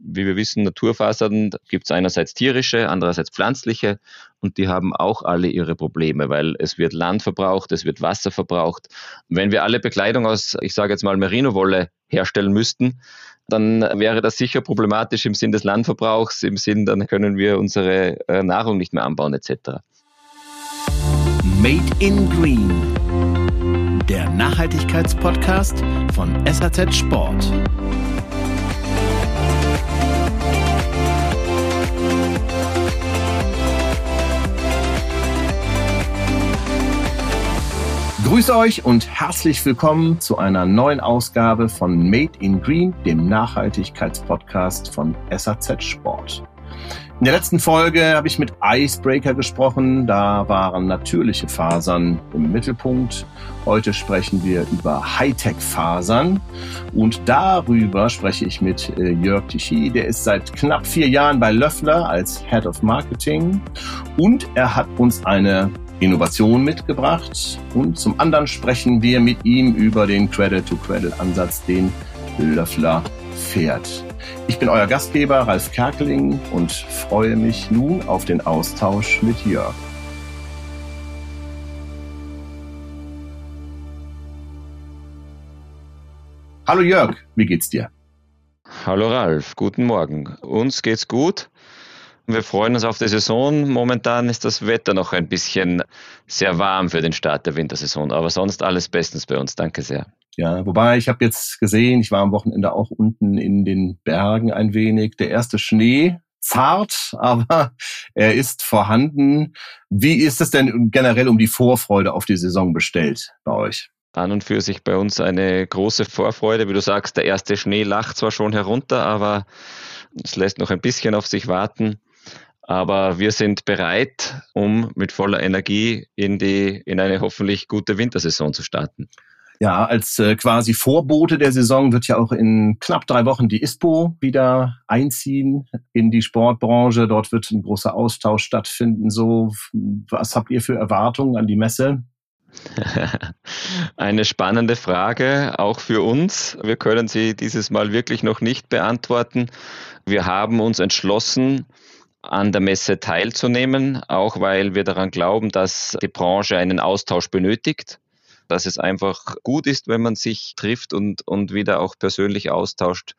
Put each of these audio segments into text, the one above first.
wie wir wissen, Naturfasern gibt es einerseits tierische, andererseits pflanzliche und die haben auch alle ihre Probleme, weil es wird Land verbraucht, es wird Wasser verbraucht. Wenn wir alle Bekleidung aus, ich sage jetzt mal Merino-Wolle herstellen müssten, dann wäre das sicher problematisch im Sinn des Landverbrauchs, im Sinn, dann können wir unsere Nahrung nicht mehr anbauen etc. Made in Green, der Nachhaltigkeitspodcast von SAZ Sport. Grüße euch und herzlich willkommen zu einer neuen Ausgabe von Made in Green, dem Nachhaltigkeitspodcast von SAZ Sport. In der letzten Folge habe ich mit Icebreaker gesprochen, da waren natürliche Fasern im Mittelpunkt. Heute sprechen wir über Hightech-Fasern und darüber spreche ich mit Jörg Tichy. Der ist seit knapp 4 Jahren bei Löffler als Head of Marketing und er hat uns eine Innovation mitgebracht und zum anderen sprechen wir mit ihm über den Cradle-to-Cradle-Ansatz, den Löffler fährt. Ich bin euer Gastgeber Ralf Kerkeling und freue mich nun auf den Austausch mit Jörg. Hallo Jörg, wie geht's dir? Hallo Ralf, guten Morgen. Uns geht's gut. Wir freuen uns auf die Saison. Momentan ist das Wetter noch ein bisschen sehr warm für den Start der Wintersaison, aber sonst alles bestens bei uns. Danke sehr. Ja, wobei ich habe jetzt gesehen, ich war am Wochenende auch unten in den Bergen ein wenig. Der erste Schnee, zart, aber er ist vorhanden. Wie ist es denn generell um die Vorfreude auf die Saison bestellt bei euch? An und für sich bei uns eine große Vorfreude. Wie du sagst, der erste Schnee lacht zwar schon herunter, aber es lässt noch ein bisschen auf sich warten. Aber wir sind bereit, um mit voller Energie in eine hoffentlich gute Wintersaison zu starten. Ja, als quasi Vorbote der Saison wird ja auch in knapp 3 Wochen die ISPO wieder einziehen in die Sportbranche. Dort wird ein großer Austausch stattfinden. So, was habt ihr für Erwartungen an die Messe? Eine spannende Frage, auch für uns. Wir können sie dieses Mal wirklich noch nicht beantworten. Wir haben uns entschlossen, an der Messe teilzunehmen, auch weil wir daran glauben, dass die Branche einen Austausch benötigt, dass es einfach gut ist, wenn man sich trifft und wieder auch persönlich austauscht.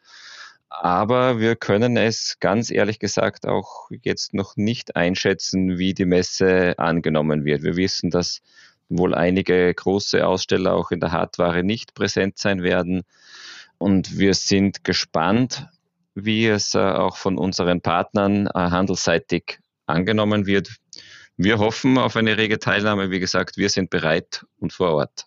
Aber wir können es ganz ehrlich gesagt auch jetzt noch nicht einschätzen, wie die Messe angenommen wird. Wir wissen, dass wohl einige große Aussteller auch in der Hardware nicht präsent sein werden und wir sind gespannt, wie es auch von unseren Partnern handelsseitig angenommen wird. Wir hoffen auf eine rege Teilnahme. Wie gesagt, wir sind bereit und vor Ort.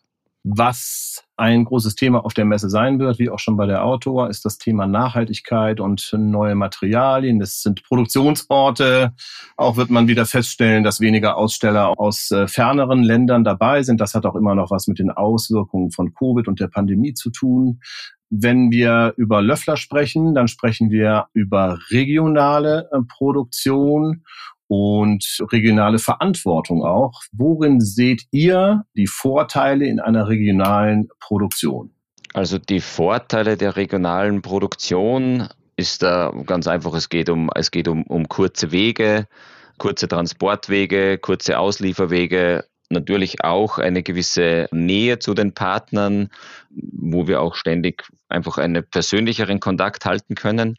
Was ein großes Thema auf der Messe sein wird, wie auch schon bei der Outdoor, ist das Thema Nachhaltigkeit und neue Materialien. Das sind Produktionsorte. Auch wird man wieder feststellen, dass weniger Aussteller aus ferneren Ländern dabei sind. Das hat auch immer noch was mit den Auswirkungen von Covid und der Pandemie zu tun. Wenn wir über Löffler sprechen, dann sprechen wir über regionale Produktion und regionale Verantwortung auch. Worin seht ihr die Vorteile in einer regionalen Produktion? Also die Vorteile der regionalen Produktion ist da ganz einfach, es geht um kurze Wege, kurze Transportwege, kurze Auslieferwege, natürlich auch eine gewisse Nähe zu den Partnern, wo wir auch ständig einfach einen persönlicheren Kontakt halten können.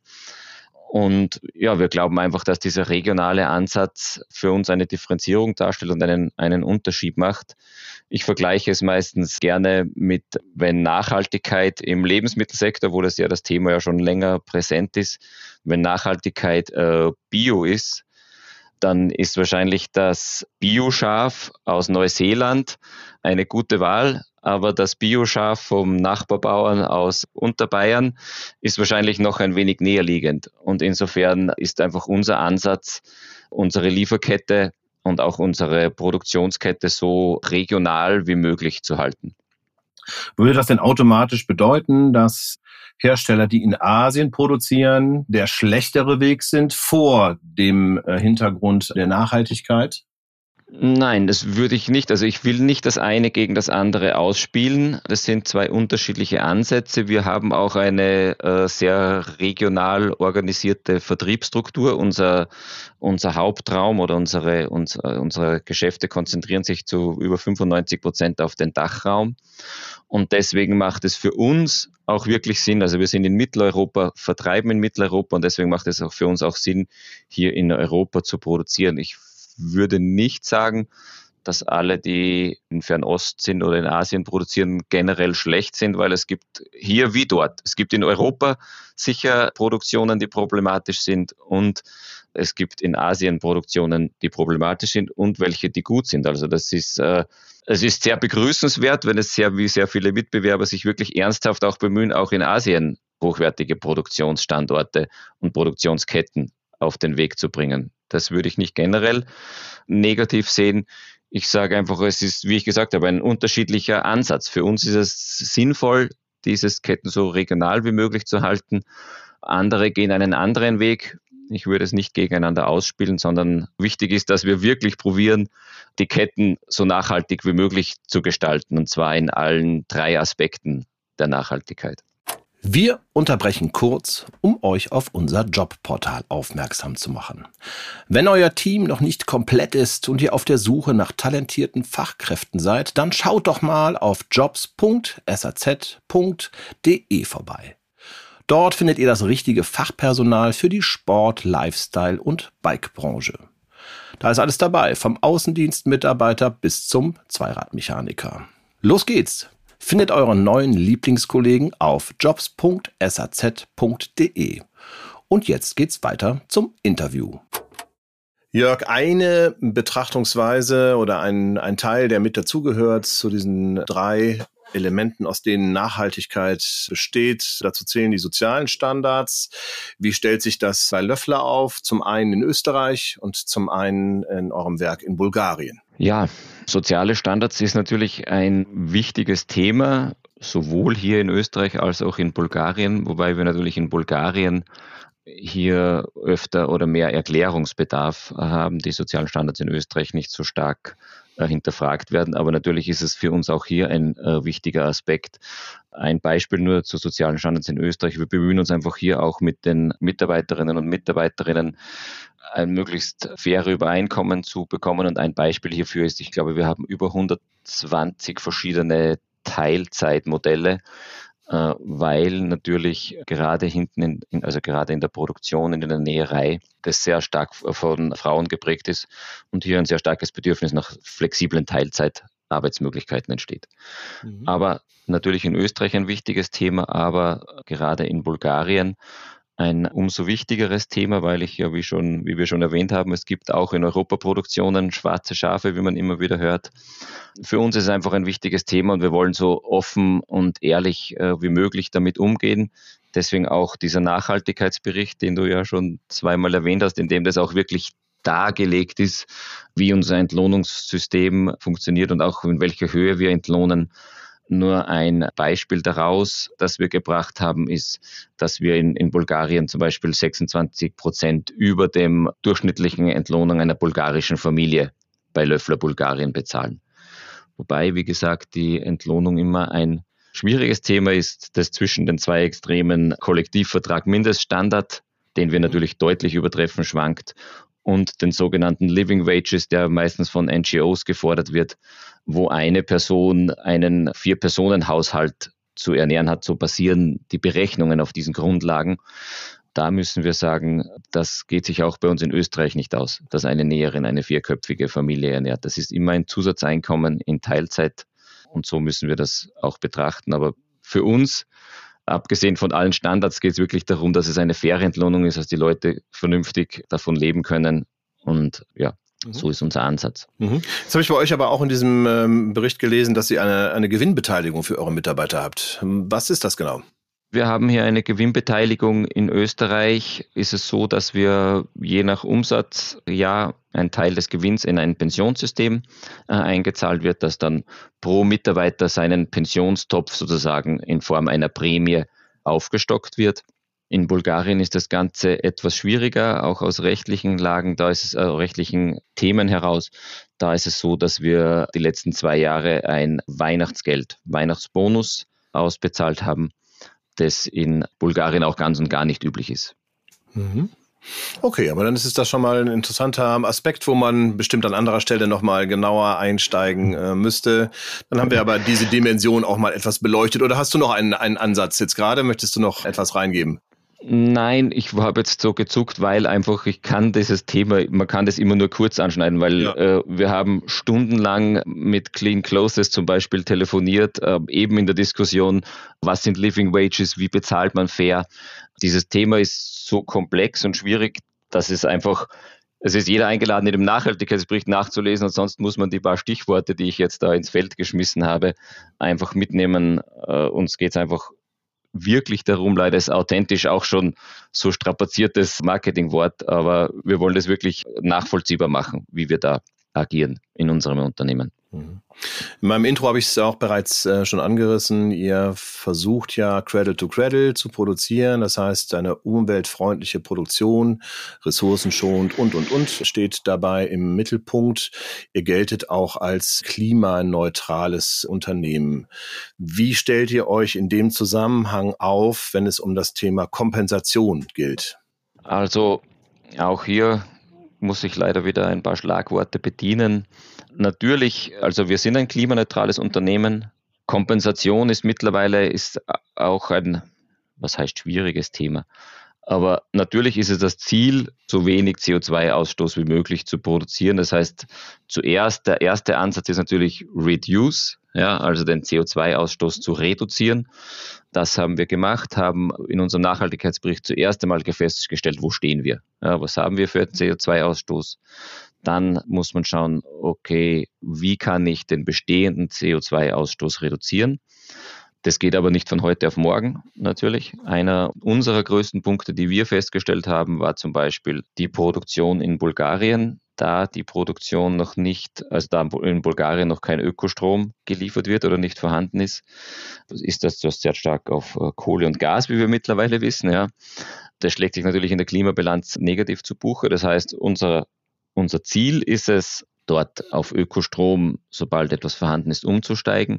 Und ja, wir glauben einfach, dass dieser regionale Ansatz für uns eine Differenzierung darstellt und einen Unterschied macht. Ich vergleiche es meistens gerne mit, wenn Nachhaltigkeit im Lebensmittelsektor, wo das Thema ja schon länger präsent ist, wenn Nachhaltigkeit Bio ist, dann ist wahrscheinlich das Bio-Schaf aus Neuseeland eine gute Wahl. Aber das Bio-Schaf vom Nachbarbauern aus Unterbayern ist wahrscheinlich noch ein wenig näher liegend. Und insofern ist einfach unser Ansatz, unsere Lieferkette und auch unsere Produktionskette so regional wie möglich zu halten. Würde das denn automatisch bedeuten, dass Hersteller, die in Asien produzieren, der schlechtere Weg sind vor dem Hintergrund der Nachhaltigkeit? Nein, das würde ich nicht. Also ich will nicht das eine gegen das andere ausspielen. Das sind zwei unterschiedliche Ansätze. Wir haben auch eine sehr regional organisierte Vertriebsstruktur. Unser Hauptraum oder unsere Geschäfte konzentrieren sich zu über 95% auf den Dachraum. Und deswegen macht es für uns auch wirklich Sinn. Also wir sind in Mitteleuropa, vertreiben in Mitteleuropa und deswegen macht es auch für uns auch Sinn, hier in Europa zu produzieren. Ich würde nicht sagen, dass alle, die in Fernost sind oder in Asien produzieren, generell schlecht sind, weil es gibt hier wie dort. Es gibt in Europa sicher Produktionen, die problematisch sind und es gibt in Asien Produktionen, die problematisch sind und welche, die gut sind. Also es ist sehr begrüßenswert, wenn wie sehr viele Mitbewerber sich wirklich ernsthaft auch bemühen, auch in Asien hochwertige Produktionsstandorte und Produktionsketten auf den Weg zu bringen. Das würde ich nicht generell negativ sehen. Ich sage einfach, es ist, wie ich gesagt habe, ein unterschiedlicher Ansatz. Für uns ist es sinnvoll, diese Ketten so regional wie möglich zu halten. Andere gehen einen anderen Weg. Ich würde es nicht gegeneinander ausspielen, sondern wichtig ist, dass wir wirklich probieren, die Ketten so nachhaltig wie möglich zu gestalten, und zwar in allen 3 Aspekten der Nachhaltigkeit. Wir unterbrechen kurz, um euch auf unser Jobportal aufmerksam zu machen. Wenn euer Team noch nicht komplett ist und ihr auf der Suche nach talentierten Fachkräften seid, dann schaut doch mal auf jobs.saz.de vorbei. Dort findet ihr das richtige Fachpersonal für die Sport-, Lifestyle- und Bike-Branche. Da ist alles dabei, vom Außendienstmitarbeiter bis zum Zweiradmechaniker. Los geht's! Findet euren neuen Lieblingskollegen auf jobs.saz.de. Und jetzt geht's weiter zum Interview. Jörg, eine Betrachtungsweise oder ein Teil, der mit dazugehört zu diesen 3 Elementen, aus denen Nachhaltigkeit besteht. Dazu zählen die sozialen Standards. Wie stellt sich das bei Löffler auf? Zum einen in Österreich und zum einen in eurem Werk in Bulgarien. Ja, soziale Standards ist natürlich ein wichtiges Thema, sowohl hier in Österreich als auch in Bulgarien, wobei wir natürlich in Bulgarien hier öfter oder mehr Erklärungsbedarf haben, die sozialen Standards in Österreich nicht so stark hinterfragt werden. Aber natürlich ist es für uns auch hier ein wichtiger Aspekt. Ein Beispiel nur zu sozialen Standards in Österreich. Wir bemühen uns einfach hier auch mit den Mitarbeiterinnen und Mitarbeiterinnen ein möglichst faire Übereinkommen zu bekommen. Und ein Beispiel hierfür ist, ich glaube, wir haben über 120 verschiedene Teilzeitmodelle, weil natürlich gerade gerade in der Produktion, in der Näherei, das sehr stark von Frauen geprägt ist und hier ein sehr starkes Bedürfnis nach flexiblen Teilzeitarbeitsmöglichkeiten entsteht. Aber natürlich in Österreich ein wichtiges Thema, aber gerade in Bulgarien ein umso wichtigeres Thema, weil wie wir schon erwähnt haben, es gibt auch in Europa Produktionen, schwarze Schafe, wie man immer wieder hört. Für uns ist es einfach ein wichtiges Thema und wir wollen so offen und ehrlich wie möglich damit umgehen. Deswegen auch dieser Nachhaltigkeitsbericht, den du ja schon 2-mal erwähnt hast, in dem das auch wirklich dargelegt ist, wie unser Entlohnungssystem funktioniert und auch in welcher Höhe wir entlohnen. Nur ein Beispiel daraus, das wir gebracht haben, ist, dass wir in Bulgarien zum Beispiel 26% über dem durchschnittlichen Entlohnung einer bulgarischen Familie bei Löffler Bulgarien bezahlen. Wobei, wie gesagt, die Entlohnung immer ein schwieriges Thema ist, das zwischen den 2 Extremen Kollektivvertrag Mindeststandard, den wir natürlich deutlich übertreffen, schwankt, und den sogenannten Living Wages, der meistens von NGOs gefordert wird, wo eine Person einen 4-Personen-Haushalt zu ernähren hat. So basieren die Berechnungen auf diesen Grundlagen. Da müssen wir sagen, das geht sich auch bei uns in Österreich nicht aus, dass eine Näherin eine 4-köpfige Familie ernährt. Das ist immer ein Zusatzeinkommen in Teilzeit und so müssen wir das auch betrachten. Aber für uns, abgesehen von allen Standards, geht es wirklich darum, dass es eine faire Entlohnung ist, dass die Leute vernünftig davon leben können. Und ja, so ist unser Ansatz. Jetzt habe ich bei euch aber auch in diesem Bericht gelesen, dass ihr eine Gewinnbeteiligung für eure Mitarbeiter habt. Was ist das genau? Wir haben hier eine Gewinnbeteiligung. In Österreich ist es so, dass wir je nach Umsatzjahr ein Teil des Gewinns in ein Pensionssystem eingezahlt wird, das dann pro Mitarbeiter seinen Pensionstopf sozusagen in Form einer Prämie aufgestockt wird. In Bulgarien ist das Ganze etwas schwieriger, auch aus rechtlichen Lagen, rechtlichen Themen heraus. Da ist es so, dass wir die letzten 2 Jahre ein Weihnachtsbonus ausbezahlt haben, das in Bulgarien auch ganz und gar nicht üblich ist. Mhm. Okay, aber dann ist das schon mal ein interessanter Aspekt, wo man bestimmt an anderer Stelle nochmal genauer einsteigen müsste. Dann haben wir aber diese Dimension auch mal etwas beleuchtet. Oder hast du noch einen Ansatz jetzt gerade? Möchtest du noch etwas reingeben? Nein, ich habe jetzt so gezuckt, weil einfach ich kann dieses Thema, man kann das immer nur kurz anschneiden, weil wir haben stundenlang mit Clean Clothes zum Beispiel telefoniert, eben in der Diskussion, was sind Living Wages, wie bezahlt man fair. Dieses Thema ist so komplex und schwierig, dass es ist jeder eingeladen, in dem Nachhaltigkeitsbericht nachzulesen, und sonst muss man die paar Stichworte, die ich jetzt da ins Feld geschmissen habe, einfach mitnehmen. Uns geht es einfach wirklich darum, leider ist authentisch auch schon so strapaziertes Marketingwort, aber wir wollen das wirklich nachvollziehbar machen, wie wir da agieren in unserem Unternehmen. In meinem Intro habe ich es auch bereits schon angerissen. Ihr versucht ja Cradle to Cradle zu produzieren. Das heißt, eine umweltfreundliche Produktion, ressourcenschonend und steht dabei im Mittelpunkt. Ihr geltet auch als klimaneutrales Unternehmen. Wie stellt ihr euch in dem Zusammenhang auf, wenn es um das Thema Kompensation gilt? Also auch hier muss ich leider wieder ein paar Schlagworte bedienen. Natürlich, also wir sind ein klimaneutrales Unternehmen. Kompensation ist mittlerweile auch ein, was heißt schwieriges Thema. Aber natürlich ist es das Ziel, so wenig CO2-Ausstoß wie möglich zu produzieren. Das heißt, der erste Ansatz ist natürlich Reduce, ja, also den CO2-Ausstoß zu reduzieren. Das haben wir gemacht, haben in unserem Nachhaltigkeitsbericht zuerst einmal festgestellt, wo stehen wir? Ja, was haben wir für einen CO2-Ausstoß? Dann muss man schauen, okay, wie kann ich den bestehenden CO2-Ausstoß reduzieren? Das geht aber nicht von heute auf morgen, natürlich. Einer unserer größten Punkte, die wir festgestellt haben, war zum Beispiel die Produktion in Bulgarien. Da die Produktion noch nicht, also da in Bulgarien noch kein Ökostrom geliefert wird oder nicht vorhanden ist das sehr stark auf Kohle und Gas, wie wir mittlerweile wissen. Ja. Das schlägt sich natürlich in der Klimabilanz negativ zu Buche. Das heißt, unser Ziel ist es, dort auf Ökostrom, sobald etwas vorhanden ist, umzusteigen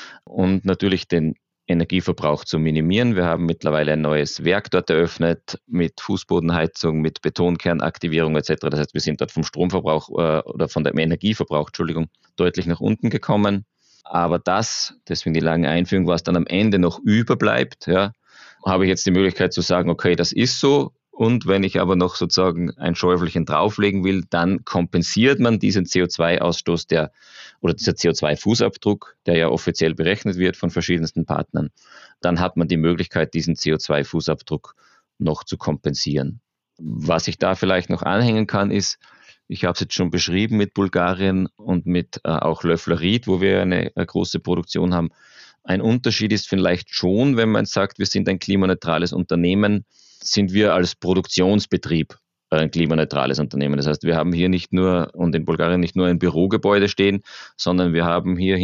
und natürlich den Energieverbrauch zu minimieren. Wir haben mittlerweile ein neues Werk dort eröffnet mit Fußbodenheizung, mit Betonkernaktivierung etc. Das heißt, wir sind dort vom Stromverbrauch oder von dem Energieverbrauch, deutlich nach unten gekommen. Aber deswegen die lange Einführung, was dann am Ende noch überbleibt, ja, habe ich jetzt die Möglichkeit zu sagen, okay, das ist so. Und wenn ich aber noch sozusagen ein Schäufelchen drauflegen will, dann kompensiert man diesen CO2-Ausstoß dieser CO2-Fußabdruck, der ja offiziell berechnet wird von verschiedensten Partnern. Dann hat man die Möglichkeit, diesen CO2-Fußabdruck noch zu kompensieren. Was ich da vielleicht noch anhängen kann, ist, ich habe es jetzt schon beschrieben mit Bulgarien und mit auch Löffler Ried, wo wir eine große Produktion haben. Ein Unterschied ist vielleicht schon, wenn man sagt, wir sind ein klimaneutrales Unternehmen, sind wir als Produktionsbetrieb ein klimaneutrales Unternehmen. Das heißt, wir haben hier nicht nur und in Bulgarien nicht nur ein Bürogebäude stehen, sondern wir haben hier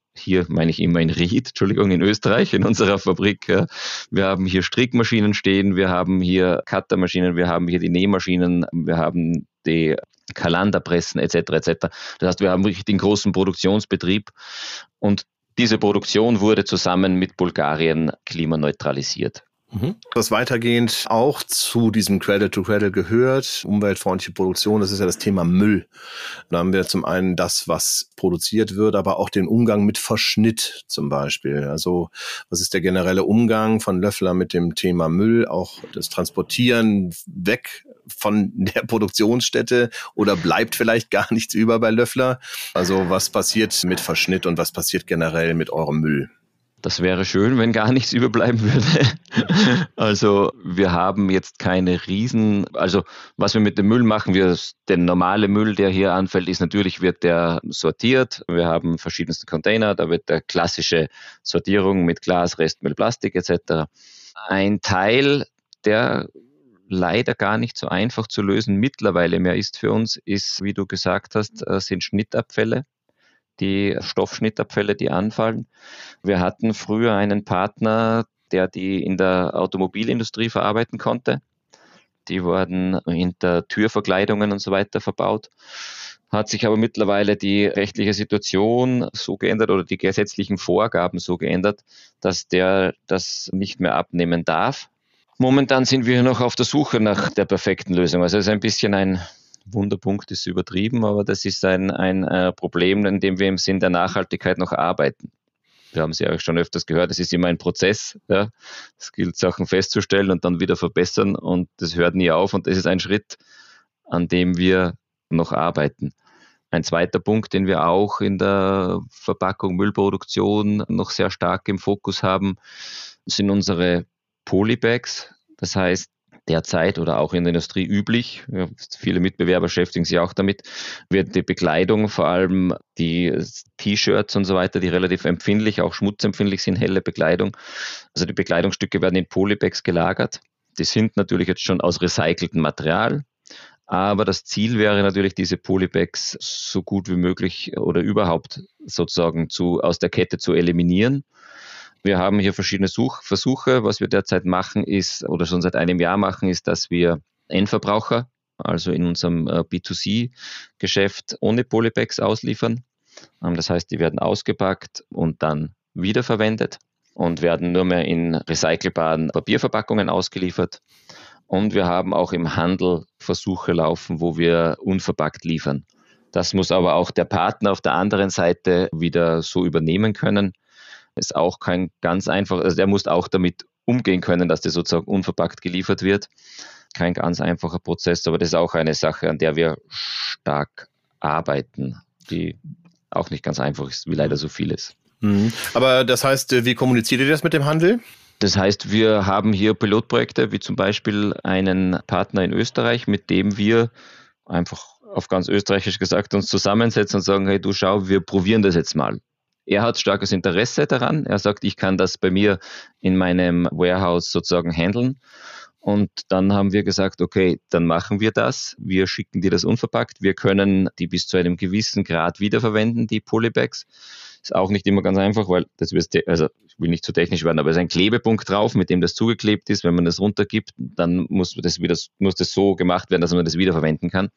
meine ich immer in Ried, in Österreich, in unserer Fabrik. Wir haben hier Strickmaschinen stehen, wir haben hier Cuttermaschinen, wir haben hier die Nähmaschinen, wir haben die Kalanderpressen etc. etc. Das heißt, wir haben wirklich den großen Produktionsbetrieb und diese Produktion wurde zusammen mit Bulgarien klimaneutralisiert. Was weitergehend auch zu diesem Cradle to Cradle gehört, umweltfreundliche Produktion, das ist ja das Thema Müll. Da haben wir zum einen das, was produziert wird, aber auch den Umgang mit Verschnitt zum Beispiel. Also was ist der generelle Umgang von Löffler mit dem Thema Müll, auch das Transportieren weg von der Produktionsstätte oder bleibt vielleicht gar nichts über bei Löffler? Also was passiert mit Verschnitt und was passiert generell mit eurem Müll? Das wäre schön, wenn gar nichts überbleiben würde. Also wir haben jetzt also was wir mit dem Müll machen, der normale Müll, der hier anfällt, wird der sortiert. Wir haben verschiedenste Container, da wird der klassische Sortierung mit Glas, Restmüll, Plastik etc. Ein Teil, der leider gar nicht so einfach zu lösen mittlerweile mehr ist für uns, ist, wie du gesagt hast, sind Schnittabfälle. Die Stoffschnittabfälle, die anfallen. Wir hatten früher einen Partner, der die in der Automobilindustrie verarbeiten konnte. Die wurden hinter Türverkleidungen und so weiter verbaut. Hat sich aber mittlerweile die rechtliche Situation so geändert oder die gesetzlichen Vorgaben so geändert, dass der das nicht mehr abnehmen darf. Momentan sind wir noch auf der Suche nach der perfekten Lösung. Also es ist ein bisschen ein Wunderpunkt, ist übertrieben, aber das ist ein Problem, in dem wir im Sinn der Nachhaltigkeit noch arbeiten. Wir haben es ja schon öfters gehört, es ist immer ein Prozess. Ja. Es gilt, Sachen festzustellen und dann wieder verbessern und das hört nie auf und das ist ein Schritt, an dem wir noch arbeiten. Ein zweiter Punkt, den wir auch in der Verpackung Müllproduktion noch sehr stark im Fokus haben, sind unsere Polybags. Das heißt, derzeit oder auch in der Industrie üblich, ja, viele Mitbewerber beschäftigen sich auch damit, wird die Bekleidung, vor allem die T-Shirts und so weiter, die relativ empfindlich, auch schmutzempfindlich sind, helle Bekleidung. Also die Bekleidungsstücke werden in Polybags gelagert. Die sind natürlich jetzt schon aus recyceltem Material. Aber das Ziel wäre natürlich, diese Polybags so gut wie möglich oder überhaupt sozusagen aus der Kette zu eliminieren. Wir haben hier verschiedene Versuche. Was wir derzeit machen ist, oder schon seit einem Jahr machen, ist, dass wir Endverbraucher, also in unserem B2C-Geschäft, ohne Polybags ausliefern. Das heißt, die werden ausgepackt und dann wiederverwendet und werden nur mehr in recycelbaren Papierverpackungen ausgeliefert. Und wir haben auch im Handel Versuche laufen, wo wir unverpackt liefern. Das muss aber auch der Partner auf der anderen Seite wieder so übernehmen können. Ist auch kein ganz einfach, also der muss auch damit umgehen können, dass das sozusagen unverpackt geliefert wird. Kein ganz einfacher Prozess, aber das ist auch eine Sache, an der wir stark arbeiten, die auch nicht ganz einfach ist, wie leider so vieles. Aber das heißt, wie kommuniziert ihr das mit dem Handel? Das heißt, wir haben hier Pilotprojekte, wie zum Beispiel einen Partner in Österreich, mit dem wir einfach auf ganz österreichisch gesagt uns zusammensetzen und sagen, hey, du schau, wir probieren das jetzt mal. Er hat starkes Interesse daran. Er sagt, ich kann das bei mir in meinem Warehouse sozusagen handeln. Und dann haben wir gesagt, okay, dann machen wir das. Wir schicken dir das unverpackt. Wir können die bis zu einem gewissen Grad wiederverwenden, die Polybags. Ist auch nicht immer ganz einfach, weil das also ich will nicht zu technisch werden, aber es ist ein Klebepunkt drauf, mit dem das zugeklebt ist. Wenn man das runtergibt, dann muss das so gemacht werden, dass man das wiederverwenden kann.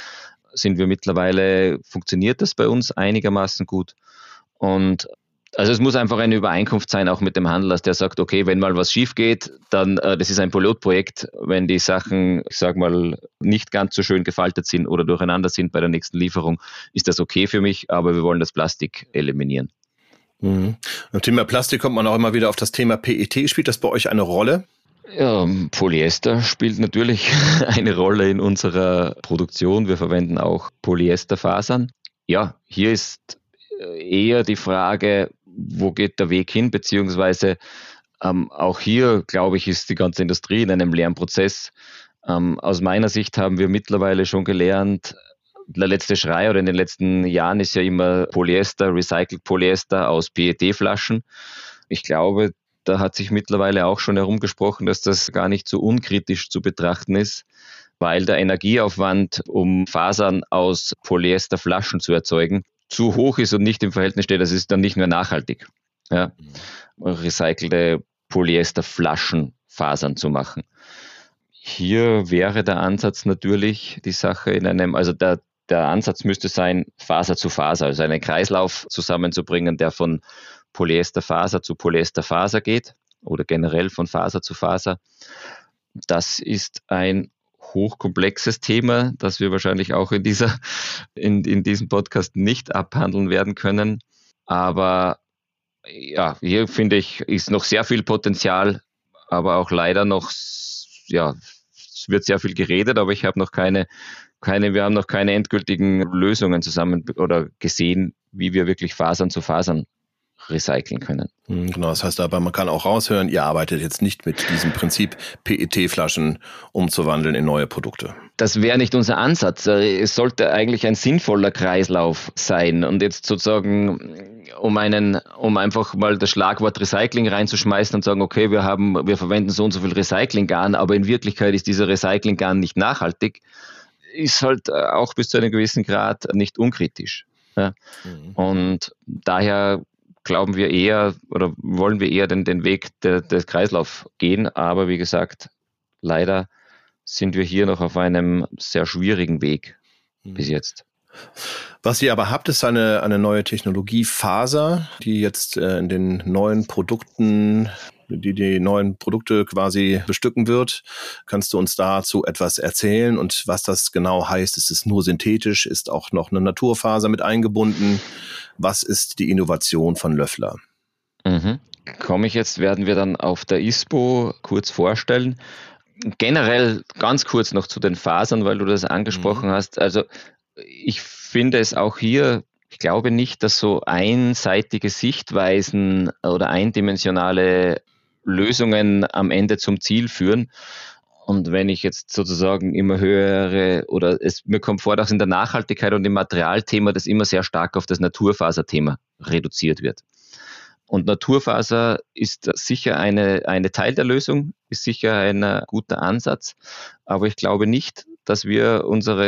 Funktioniert das bei uns einigermaßen gut. Und also es muss einfach eine Übereinkunft sein, auch mit dem Handel, dass der sagt, okay, wenn mal was schief geht, dann, das ist ein Pilotprojekt, wenn die Sachen, ich sage mal, nicht ganz so schön gefaltet sind oder durcheinander sind bei der nächsten Lieferung, ist das okay für mich, aber wir wollen das Plastik eliminieren. Beim Thema Plastik kommt man auch immer wieder auf das Thema PET. Spielt das bei euch eine Rolle? Ja, Polyester spielt natürlich eine Rolle in unserer Produktion. Wir verwenden auch Polyesterfasern. Ja, hier ist eher die Frage, wo geht der Weg hin, beziehungsweise auch hier, glaube ich, ist die ganze Industrie in einem Lernprozess. Aus meiner Sicht haben wir mittlerweile schon gelernt, der letzte Schrei oder in den letzten Jahren ist ja immer Polyester, Recycled Polyester aus PET-Flaschen. Ich glaube, da hat sich mittlerweile auch schon herumgesprochen, dass das gar nicht so unkritisch zu betrachten ist, weil der Energieaufwand, um Fasern aus Polyesterflaschen zu erzeugen, zu hoch ist und nicht im Verhältnis steht. Das ist dann nicht mehr nachhaltig, ja, recycelte Polyesterflaschenfasern zu machen. Hier wäre der Ansatz natürlich die Sache also der Ansatz müsste sein, Faser zu Faser, also einen Kreislauf zusammenzubringen, der von Polyesterfaser zu Polyesterfaser geht oder generell von Faser zu Faser. Das ist ein hochkomplexes Thema, das wir wahrscheinlich auch in diesem Podcast nicht abhandeln werden können. Aber ja, hier finde ich, ist noch sehr viel Potenzial, aber auch leider noch, ja, es wird sehr viel geredet, aber wir haben noch keine endgültigen Lösungen zusammen oder gesehen, wie wir wirklich Fasern zu Fasern recyceln können. Genau, das heißt aber, man kann auch raushören, ihr arbeitet jetzt nicht mit diesem Prinzip, PET-Flaschen umzuwandeln in neue Produkte. Das wäre nicht unser Ansatz. Es sollte eigentlich ein sinnvoller Kreislauf sein. Und jetzt sozusagen, um einfach mal das Schlagwort Recycling reinzuschmeißen und sagen, okay, wir verwenden so und so viel Recyclinggarn, aber in Wirklichkeit ist dieser Recyclinggarn nicht nachhaltig, ist halt auch bis zu einem gewissen Grad nicht unkritisch. Ja. Und daher glauben wir eher oder wollen wir eher den Weg des Kreislaufs gehen. Aber wie gesagt, leider sind wir hier noch auf einem sehr schwierigen Weg bis jetzt. Was ihr aber habt, ist eine neue Technologie, Faser, die jetzt in den neuen Produkten, die neuen Produkte quasi bestücken wird. Kannst du uns dazu etwas erzählen und was das genau heißt? Ist es nur synthetisch? Ist auch noch eine Naturfaser mit eingebunden? Was ist die Innovation von Löffler? Werden wir dann auf der ISPO kurz vorstellen. Generell ganz kurz noch zu den Fasern, weil du das angesprochen hast. Also ich finde es auch hier, ich glaube nicht, dass so einseitige Sichtweisen oder eindimensionale Lösungen am Ende zum Ziel führen. Und wenn ich jetzt sozusagen immer höre, mir kommt vor, dass in der Nachhaltigkeit und im Materialthema das immer sehr stark auf das Naturfaserthema reduziert wird. Und Naturfaser ist sicher eine Teil der Lösung, ist sicher ein guter Ansatz. Aber ich glaube nicht, dass wir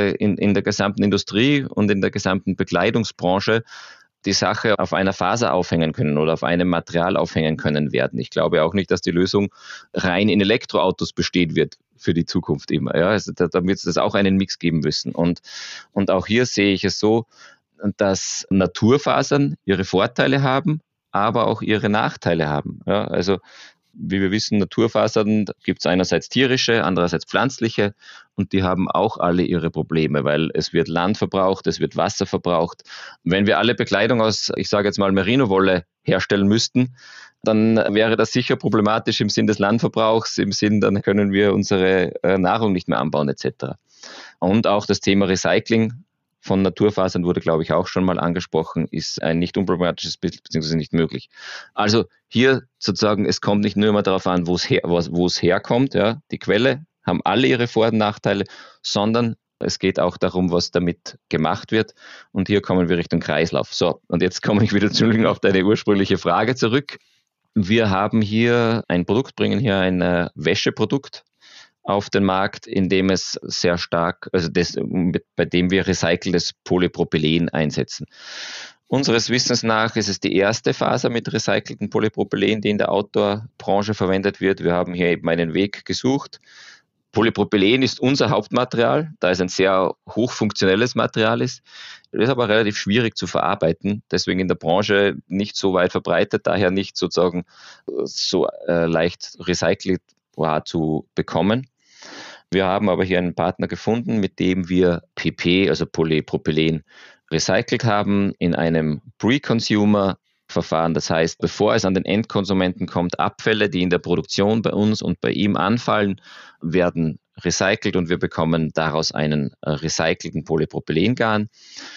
in der gesamten Industrie und in der gesamten Bekleidungsbranche die Sache auf einer Faser aufhängen können oder auf einem Material aufhängen können werden. Ich glaube auch nicht, dass die Lösung rein in Elektroautos bestehen wird für die Zukunft immer. Ja, also da wird es auch einen Mix geben müssen. Und auch hier sehe ich es so, dass Naturfasern ihre Vorteile haben, aber auch ihre Nachteile haben. Ja, also wie wir wissen, Naturfasern gibt es einerseits tierische, andererseits pflanzliche und die haben auch alle ihre Probleme, weil es wird Land verbraucht, es wird Wasser verbraucht. Wenn wir alle Bekleidung aus, ich sage jetzt mal Merino-Wolle herstellen müssten, dann wäre das sicher problematisch im Sinn des Landverbrauchs, im Sinn, dann können wir unsere Nahrung nicht mehr anbauen etc. Und auch das Thema Recycling von Naturfasern wurde, glaube ich, auch schon mal angesprochen, ist ein nicht unproblematisches Bild, beziehungsweise nicht möglich. Also hier sozusagen, es kommt nicht nur immer darauf an, wo es herkommt, ja, die Quelle, haben alle ihre Vor- und Nachteile, sondern es geht auch darum, was damit gemacht wird. Und hier kommen wir Richtung Kreislauf. So, und jetzt komme ich wieder, Entschuldigung, auf deine ursprüngliche Frage zurück. Wir haben hier bringen hier ein Wäscheprodukt auf den Markt, in dem es sehr stark, bei dem wir recyceltes Polypropylen einsetzen. Unseres Wissens nach ist es die erste Faser mit recyceltem Polypropylen, die in der Outdoor-Branche verwendet wird. Wir haben hier eben einen Weg gesucht. Polypropylen ist unser Hauptmaterial, da es ein sehr hochfunktionelles Material ist. Das ist aber relativ schwierig zu verarbeiten, deswegen in der Branche nicht so weit verbreitet, daher nicht sozusagen so leicht recycelt zu bekommen. Wir haben aber hier einen Partner gefunden, mit dem wir PP, also Polypropylen, recycelt haben in einem Pre-Consumer-Verfahren. Das heißt, bevor es an den Endkonsumenten kommt, Abfälle, die in der Produktion bei uns und bei ihm anfallen, werden recycelt und wir bekommen daraus einen recycelten Polypropylengarn.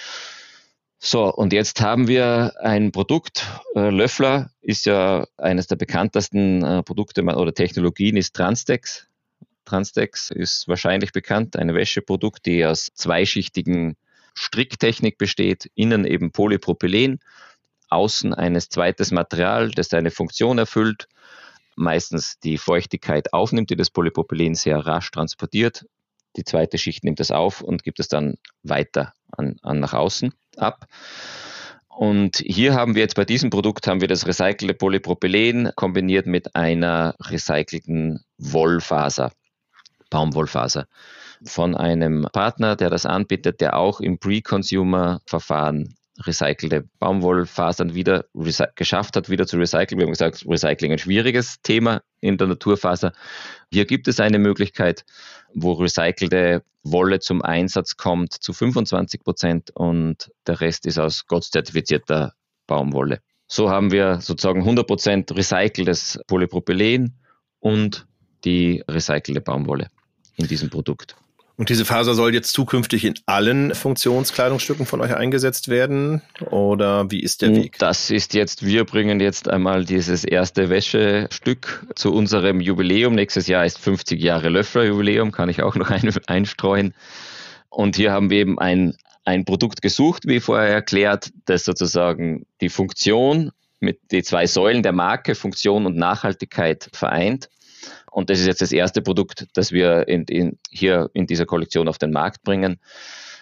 So, und jetzt haben wir ein Produkt. Löffler ist ja eines der bekanntesten Produkte oder Technologien, ist Transtex. Transtex ist wahrscheinlich bekannt, ein Wäscheprodukt, die aus zweischichtigen Stricktechnik besteht, innen eben Polypropylen, außen eines zweites Material, das eine Funktion erfüllt, meistens die Feuchtigkeit aufnimmt, die das Polypropylen sehr rasch transportiert. Die zweite Schicht nimmt das auf und gibt es dann weiter nach außen ab. Und hier haben wir jetzt bei diesem Produkt das recycelte Polypropylen kombiniert mit einer recycelten Wollfaser, Baumwollfaser, von einem Partner, der das anbietet, der auch im Pre-Consumer-Verfahren recycelte Baumwollfasern wieder geschafft hat, wieder zu recyceln. Wir haben gesagt, Recycling ein schwieriges Thema in der Naturfaser. Hier gibt es eine Möglichkeit, wo recycelte Wolle zum Einsatz kommt zu 25% und der Rest ist aus Gott-zertifizierter Baumwolle. So haben wir sozusagen 100% recyceltes Polypropylen und die recycelte Baumwolle in diesem Produkt. Und diese Faser soll jetzt zukünftig in allen Funktionskleidungsstücken von euch eingesetzt werden? Oder wie ist der Weg? Wir bringen jetzt einmal dieses erste Wäschestück zu unserem Jubiläum. Nächstes Jahr ist 50 Jahre Löffler-Jubiläum, kann ich auch noch einstreuen. Und hier haben wir eben ein Produkt gesucht, wie vorher erklärt, das sozusagen die Funktion mit die zwei Säulen der Marke, Funktion und Nachhaltigkeit vereint. Und das ist jetzt das erste Produkt, das wir hier in dieser Kollektion auf den Markt bringen.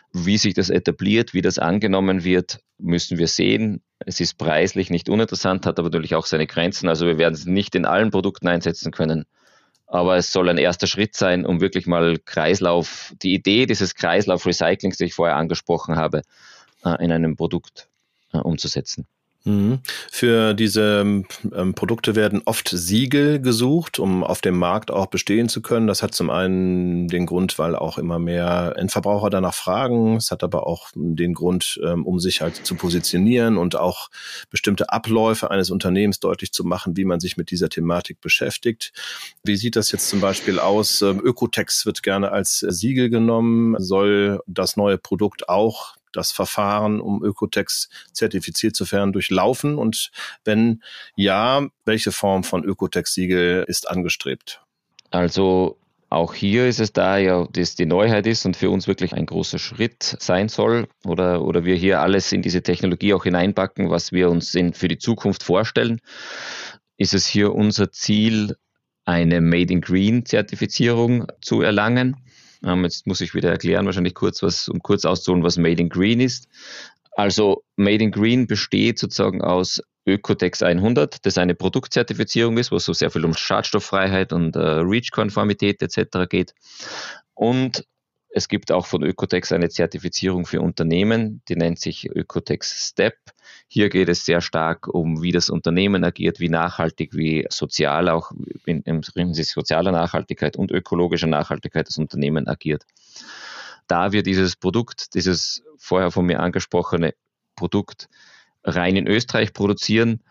Wie sich das etabliert, wie das angenommen wird, müssen wir sehen. Es ist preislich nicht uninteressant, hat aber natürlich auch seine Grenzen. Also wir werden es nicht in allen Produkten einsetzen können. Aber es soll ein erster Schritt sein, um wirklich mal die Idee dieses Kreislauf-Recyclings, die ich vorher angesprochen habe, in einem Produkt umzusetzen. Für diese Produkte werden oft Siegel gesucht, um auf dem Markt auch bestehen zu können. Das hat zum einen den Grund, weil auch immer mehr Endverbraucher danach fragen. Es hat aber auch den Grund, um sich halt zu positionieren und auch bestimmte Abläufe eines Unternehmens deutlich zu machen, wie man sich mit dieser Thematik beschäftigt. Wie sieht das jetzt zum Beispiel aus? Ökotex wird gerne als Siegel genommen. Soll das neue Produkt auch das Verfahren, um Ökotex zertifiziert zu werden, durchlaufen? Und wenn ja, welche Form von Ökotex-Siegel ist angestrebt? Also auch hier ist es da ja, dass die Neuheit ist und für uns wirklich ein großer Schritt sein soll oder wir hier alles in diese Technologie auch hineinpacken, was wir uns für die Zukunft vorstellen, ist es hier unser Ziel, eine Made in Green Zertifizierung zu erlangen. Jetzt muss ich wieder erklären, wahrscheinlich kurz auszuholen, was Made in Green ist. Also Made in Green besteht sozusagen aus Ökotex 100, das eine Produktzertifizierung ist, wo es so sehr viel um Schadstofffreiheit und REACH-Konformität etc. geht. Und es gibt auch von Ökotex eine Zertifizierung für Unternehmen, die nennt sich Ökotex Step. Hier geht es sehr stark um, wie das Unternehmen agiert, wie nachhaltig, wie sozial, auch in sozialer Nachhaltigkeit und ökologischer Nachhaltigkeit das Unternehmen agiert. Da wir dieses Produkt, dieses vorher von mir angesprochene Produkt rein in Österreich produzieren,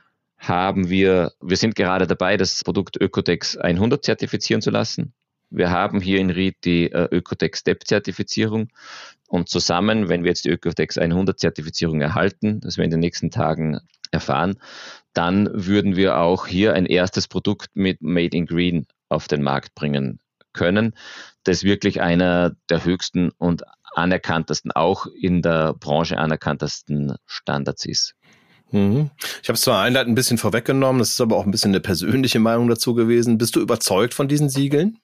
wir sind gerade dabei, das Produkt Ökotex 100 zertifizieren zu lassen. Wir haben hier in Ried die Ökotex Step-Zertifizierung und zusammen, wenn wir jetzt die Ökotex 100-Zertifizierung erhalten, das wir in den nächsten Tagen erfahren, dann würden wir auch hier ein erstes Produkt mit Made in Green auf den Markt bringen können, das wirklich einer der höchsten und anerkanntesten, auch in der Branche anerkanntesten Standards ist. Ich habe es zwar einleitend ein bisschen vorweggenommen, das ist aber auch ein bisschen eine persönliche Meinung dazu gewesen. Bist du überzeugt von diesen Siegeln?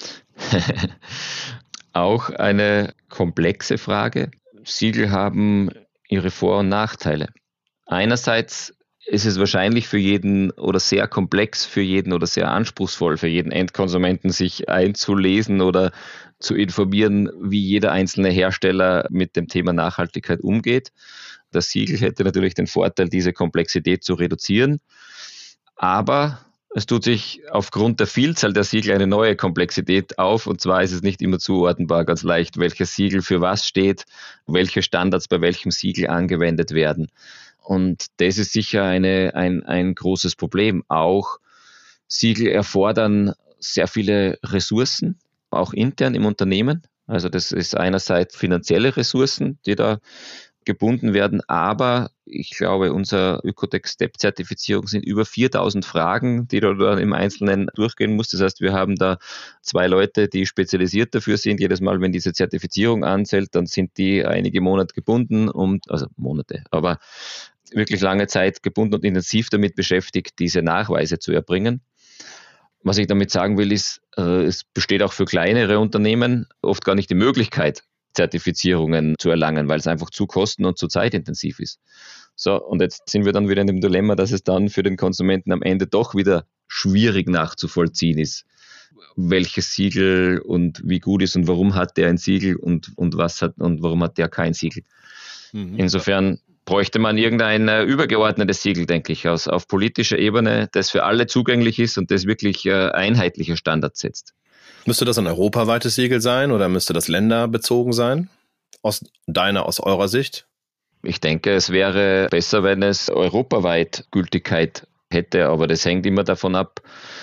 Auch eine komplexe Frage. Siegel haben ihre Vor- und Nachteile. Einerseits ist es wahrscheinlich für jeden oder sehr komplex für jeden oder sehr anspruchsvoll für jeden Endkonsumenten, sich einzulesen oder zu informieren, wie jeder einzelne Hersteller mit dem Thema Nachhaltigkeit umgeht. Das Siegel hätte natürlich den Vorteil, diese Komplexität zu reduzieren, aber es tut sich aufgrund der Vielzahl der Siegel eine neue Komplexität auf, und zwar ist es nicht immer zuordnenbar ganz leicht, welches Siegel für was steht, welche Standards bei welchem Siegel angewendet werden. Und das ist sicher ein großes Problem. Auch Siegel erfordern sehr viele Ressourcen, auch intern im Unternehmen. Also das ist einerseits finanzielle Ressourcen, die da gebunden werden, aber ich glaube, unser Ökotex Step-Zertifizierung sind über 4.000 Fragen, die du dann im Einzelnen durchgehen musst. Das heißt, wir haben da 2 Leute, die spezialisiert dafür sind. Jedes Mal, wenn diese Zertifizierung anzählt, dann sind die einige Monate gebunden, aber wirklich lange Zeit gebunden und intensiv damit beschäftigt, diese Nachweise zu erbringen. Was ich damit sagen will, ist, es besteht auch für kleinere Unternehmen oft gar nicht die Möglichkeit, Zertifizierungen zu erlangen, weil es einfach zu kosten- und zu zeitintensiv ist. So, und jetzt sind wir dann wieder in dem Dilemma, dass es dann für den Konsumenten am Ende doch wieder schwierig nachzuvollziehen ist, welches Siegel und wie gut ist und warum hat der ein Siegel und warum hat der kein Siegel. Insofern bräuchte man irgendein übergeordnetes Siegel, denke ich, auf politischer Ebene, das für alle zugänglich ist und das wirklich einheitliche Standards setzt. Müsste das ein europaweites Siegel sein oder müsste das länderbezogen sein? Aus eurer Sicht? Ich denke, es wäre besser, wenn es europaweit Gültigkeit hätte, aber das hängt immer davon ab,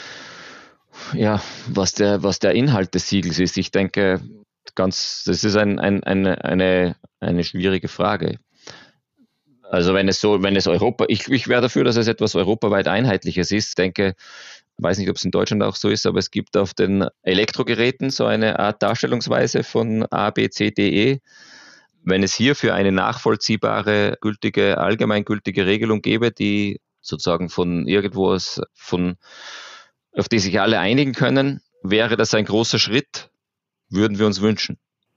ja, was der Inhalt des Siegels ist. Ich denke, das ist eine schwierige Frage. Also ich wäre dafür, dass es etwas europaweit Einheitliches ist. Ich denke, ich weiß nicht, ob es in Deutschland auch so ist, aber es gibt auf den Elektrogeräten so eine Art Darstellungsweise von A, B, C, D, E. Wenn es hierfür eine nachvollziehbare, allgemeingültige Regelung gäbe, die sozusagen auf die sich alle einigen können, wäre das ein großer Schritt, würden wir uns wünschen.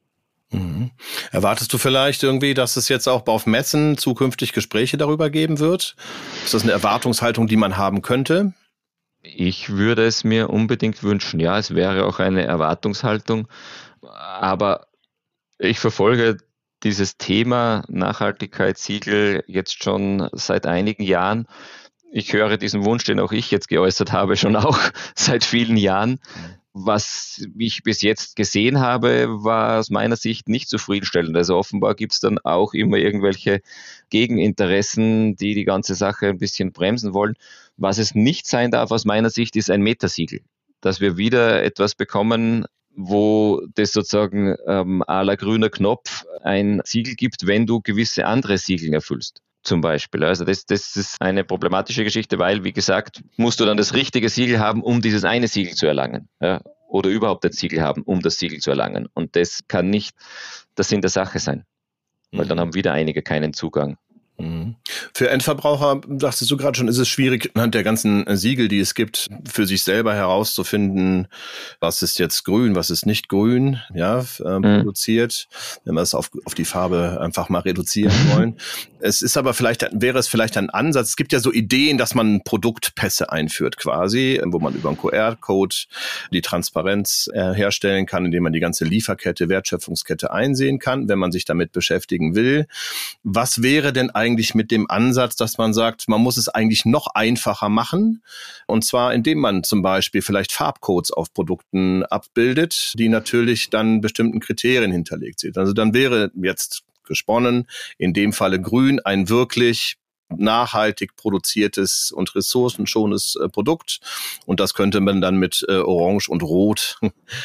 Mhm. Erwartest du vielleicht irgendwie, dass es jetzt auch auf Messen zukünftig Gespräche darüber geben wird? Ist das eine Erwartungshaltung, die man haben könnte? Ich würde es mir unbedingt wünschen. Ja, es wäre auch eine Erwartungshaltung, aber ich verfolge dieses Thema Nachhaltigkeitssiegel jetzt schon seit einigen Jahren. Ich höre diesen Wunsch, den auch ich jetzt geäußert habe, schon auch seit vielen Jahren. Was ich bis jetzt gesehen habe, war aus meiner Sicht nicht zufriedenstellend. Also offenbar gibt es dann auch immer irgendwelche Gegeninteressen, die die ganze Sache ein bisschen bremsen wollen. Was es nicht sein darf aus meiner Sicht, ist ein Metasiegel. Dass wir wieder etwas bekommen, wo das sozusagen à la grüner Knopf ein Siegel gibt, wenn du gewisse andere Siegel erfüllst. Zum Beispiel. Also das ist eine problematische Geschichte, weil, wie gesagt, musst du dann das richtige Siegel haben, um dieses eine Siegel zu erlangen. Ja? Oder überhaupt ein Siegel haben, um das Siegel zu erlangen. Und das kann nicht der Sinn der Sache sein, weil dann haben wieder einige keinen Zugang. Für Endverbraucher, dachtest du gerade schon, ist es schwierig, anhand der ganzen Siegel, die es gibt, für sich selber herauszufinden, was ist jetzt grün, was ist nicht grün, ja, produziert, wenn wir es auf die Farbe einfach mal reduzieren wollen. Es ist aber wäre es vielleicht ein Ansatz, es gibt ja so Ideen, dass man Produktpässe einführt quasi, wo man über einen QR-Code die Transparenz herstellen kann, indem man die ganze Lieferkette, Wertschöpfungskette einsehen kann, wenn man sich damit beschäftigen will. Was wäre denn eigentlich mit dem Ansatz, dass man sagt, man muss es eigentlich noch einfacher machen, und zwar indem man zum Beispiel vielleicht Farbcodes auf Produkten abbildet, die natürlich dann bestimmten Kriterien hinterlegt sind. Also dann wäre jetzt gesponnen, in dem Falle grün, ein wirklich nachhaltig produziertes und ressourcenschonendes Produkt, und das könnte man dann mit Orange und Rot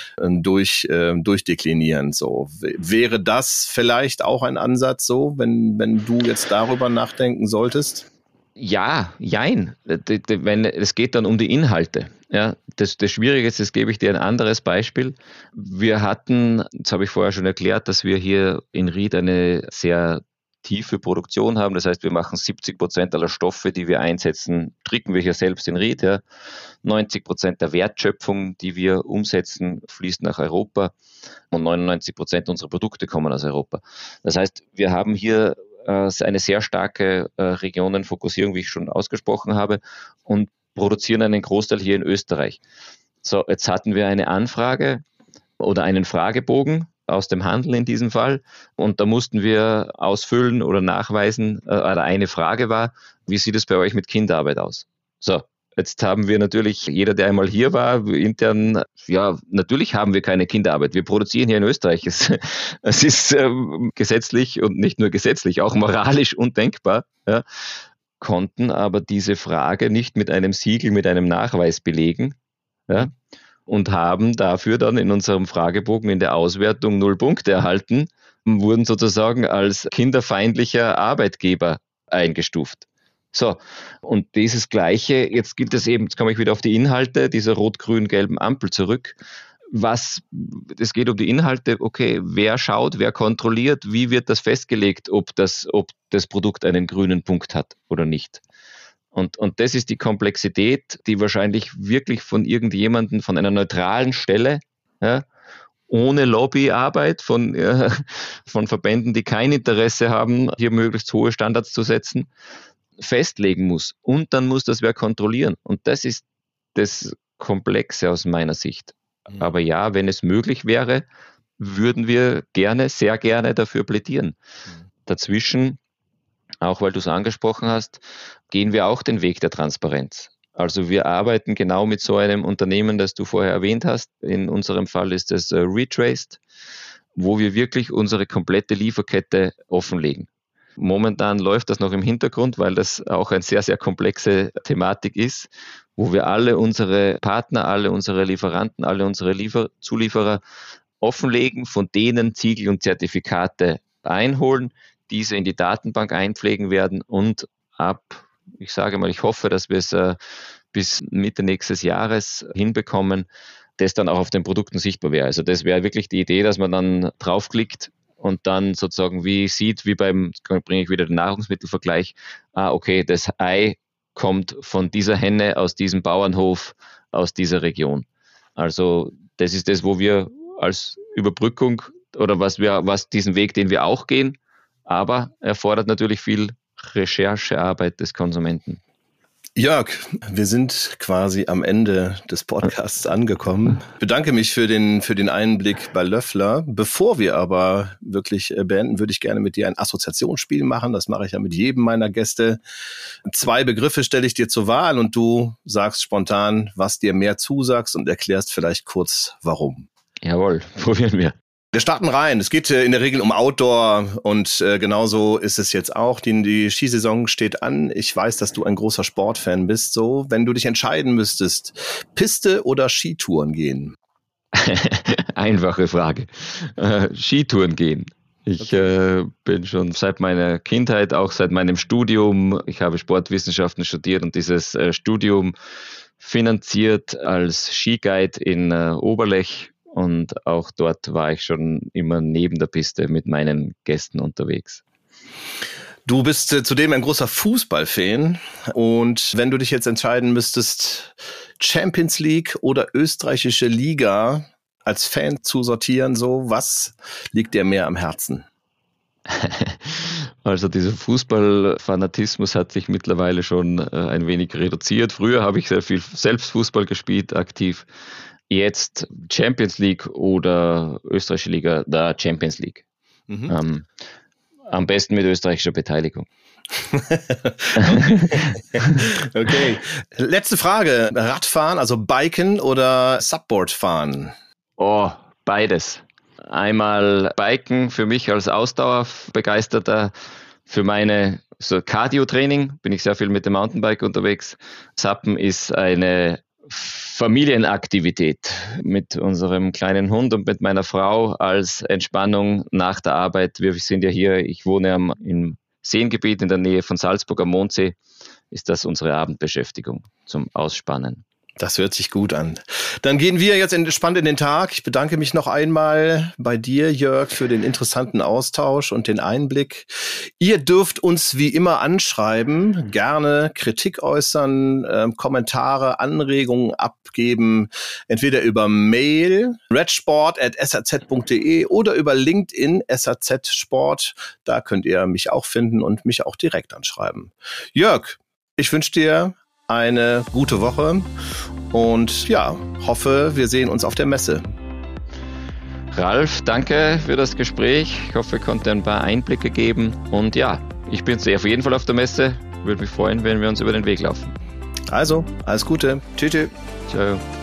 durchdeklinieren. So wäre das vielleicht auch ein Ansatz, so wenn du jetzt darüber nachdenken solltest? Ja, jein. Es geht dann um die Inhalte. Ja, das Schwierige ist, das gebe ich dir ein anderes Beispiel. Wir hatten, das habe ich vorher schon erklärt, dass wir hier in Ried eine sehr tiefe Produktion haben. Das heißt, wir machen 70% aller Stoffe, die wir einsetzen, stricken wir hier selbst in Ried. Ja. 90% der Wertschöpfung, die wir umsetzen, fließt nach Europa, und 99% unserer Produkte kommen aus Europa. Das heißt, wir haben hier eine sehr starke Regionenfokussierung, wie ich schon ausgesprochen habe, und produzieren einen Großteil hier in Österreich. So, jetzt hatten wir eine Anfrage oder einen Fragebogen aus dem Handel in diesem Fall, und da mussten wir ausfüllen oder nachweisen, oder eine Frage war, wie sieht es bei euch mit Kinderarbeit aus? So, jetzt haben wir natürlich, jeder, der einmal hier war, intern, ja, natürlich haben wir keine Kinderarbeit. Wir produzieren hier in Österreich. Es ist gesetzlich und nicht nur gesetzlich, auch moralisch undenkbar, ja, konnten aber diese Frage nicht mit einem Siegel, mit einem Nachweis belegen, ja, und haben dafür dann in unserem Fragebogen in der Auswertung 0 Punkte erhalten, wurden sozusagen als kinderfeindlicher Arbeitgeber eingestuft. So, und dieses Gleiche, jetzt gilt es eben, jetzt komme ich wieder auf die Inhalte dieser rot-grün-gelben Ampel zurück. Es geht um die Inhalte, okay, wer schaut, wer kontrolliert, wie wird das festgelegt, ob das Produkt einen grünen Punkt hat oder nicht. Und das ist die Komplexität, die wahrscheinlich wirklich von irgendjemandem, von einer neutralen Stelle, ja, ohne Lobbyarbeit von Verbänden, die kein Interesse haben, hier möglichst hohe Standards zu setzen, festlegen muss. Und dann muss das wer kontrollieren. Und das ist das Komplexe aus meiner Sicht. Aber ja, wenn es möglich wäre, würden wir sehr gerne dafür plädieren. Dazwischen, auch weil du es angesprochen hast, gehen wir auch den Weg der Transparenz. Also wir arbeiten genau mit so einem Unternehmen, das du vorher erwähnt hast. In unserem Fall ist es Retraced, wo wir wirklich unsere komplette Lieferkette offenlegen. Momentan läuft das noch im Hintergrund, weil das auch eine sehr, sehr komplexe Thematik ist, wo wir alle unsere Partner, alle unsere Lieferanten, alle unsere Zulieferer offenlegen, von denen Siegel und Zertifikate einholen, diese in die Datenbank einpflegen werden und ich hoffe, dass wir es bis Mitte nächstes Jahres hinbekommen, das dann auch auf den Produkten sichtbar wäre. Also das wäre wirklich die Idee, dass man dann draufklickt und dann sozusagen bringe ich wieder den Nahrungsmittelvergleich, okay, das Ei kommt von dieser Henne aus diesem Bauernhof, aus dieser Region. Also das ist das, wo wir als Überbrückung oder was diesen Weg, den wir auch gehen, aber erfordert natürlich viel Recherchearbeit des Konsumenten. Jörg, wir sind quasi am Ende des Podcasts angekommen. Ich bedanke mich für den Einblick bei Löffler. Bevor wir aber wirklich beenden, würde ich gerne mit dir ein Assoziationsspiel machen. Das mache ich ja mit jedem meiner Gäste. 2 Begriffe stelle ich dir zur Wahl und du sagst spontan, was dir mehr zusagst und erklärst vielleicht kurz, warum. Jawohl, probieren wir. Wir starten rein. Es geht in der Regel um Outdoor und genauso ist es jetzt auch. Die Skisaison steht an. Ich weiß, dass du ein großer Sportfan bist. So, wenn du dich entscheiden müsstest, Piste oder Skitouren gehen? Einfache Frage. Skitouren gehen. Ich bin schon seit meiner Kindheit, auch seit meinem Studium, ich habe Sportwissenschaften studiert und dieses Studium finanziert als Skiguide in Oberlech. Und auch dort war ich schon immer neben der Piste mit meinen Gästen unterwegs. Du bist zudem ein großer Fußballfan. Und wenn du dich jetzt entscheiden müsstest, Champions League oder österreichische Liga als Fan zu sortieren, so, was liegt dir mehr am Herzen? Also dieser Fußballfanatismus hat sich mittlerweile schon ein wenig reduziert. Früher habe ich sehr viel selbst Fußball gespielt, aktiv. Jetzt Champions League oder österreichische Liga, da Champions League. Mhm. Am besten mit österreichischer Beteiligung. Okay. Letzte Frage. Radfahren, also Biken oder Subboard fahren? Oh, beides. Einmal Biken für mich als Ausdauerbegeisterter, für meine Cardio-Training bin ich sehr viel mit dem Mountainbike unterwegs. Suppen ist eine Familienaktivität mit unserem kleinen Hund und mit meiner Frau als Entspannung nach der Arbeit. Wir sind ja hier, ich wohne im Seengebiet in der Nähe von Salzburg am Mondsee, ist das unsere Abendbeschäftigung zum Ausspannen. Das hört sich gut an. Dann gehen wir jetzt entspannt in den Tag. Ich bedanke mich noch einmal bei dir, Jörg, für den interessanten Austausch und den Einblick. Ihr dürft uns wie immer anschreiben, gerne Kritik äußern, Kommentare, Anregungen abgeben, entweder über Mail redsport@saz.de oder über LinkedIn SAZ Sport. Da könnt ihr mich auch finden und mich auch direkt anschreiben. Jörg, ich wünsche dir eine gute Woche und ja, hoffe, wir sehen uns auf der Messe. Ralf, danke für das Gespräch. Ich hoffe, ich konnte ein paar Einblicke geben. Und ja, ich bin auf jeden Fall auf der Messe. Würde mich freuen, wenn wir uns über den Weg laufen. Also, alles Gute. Tschüss. Ciao.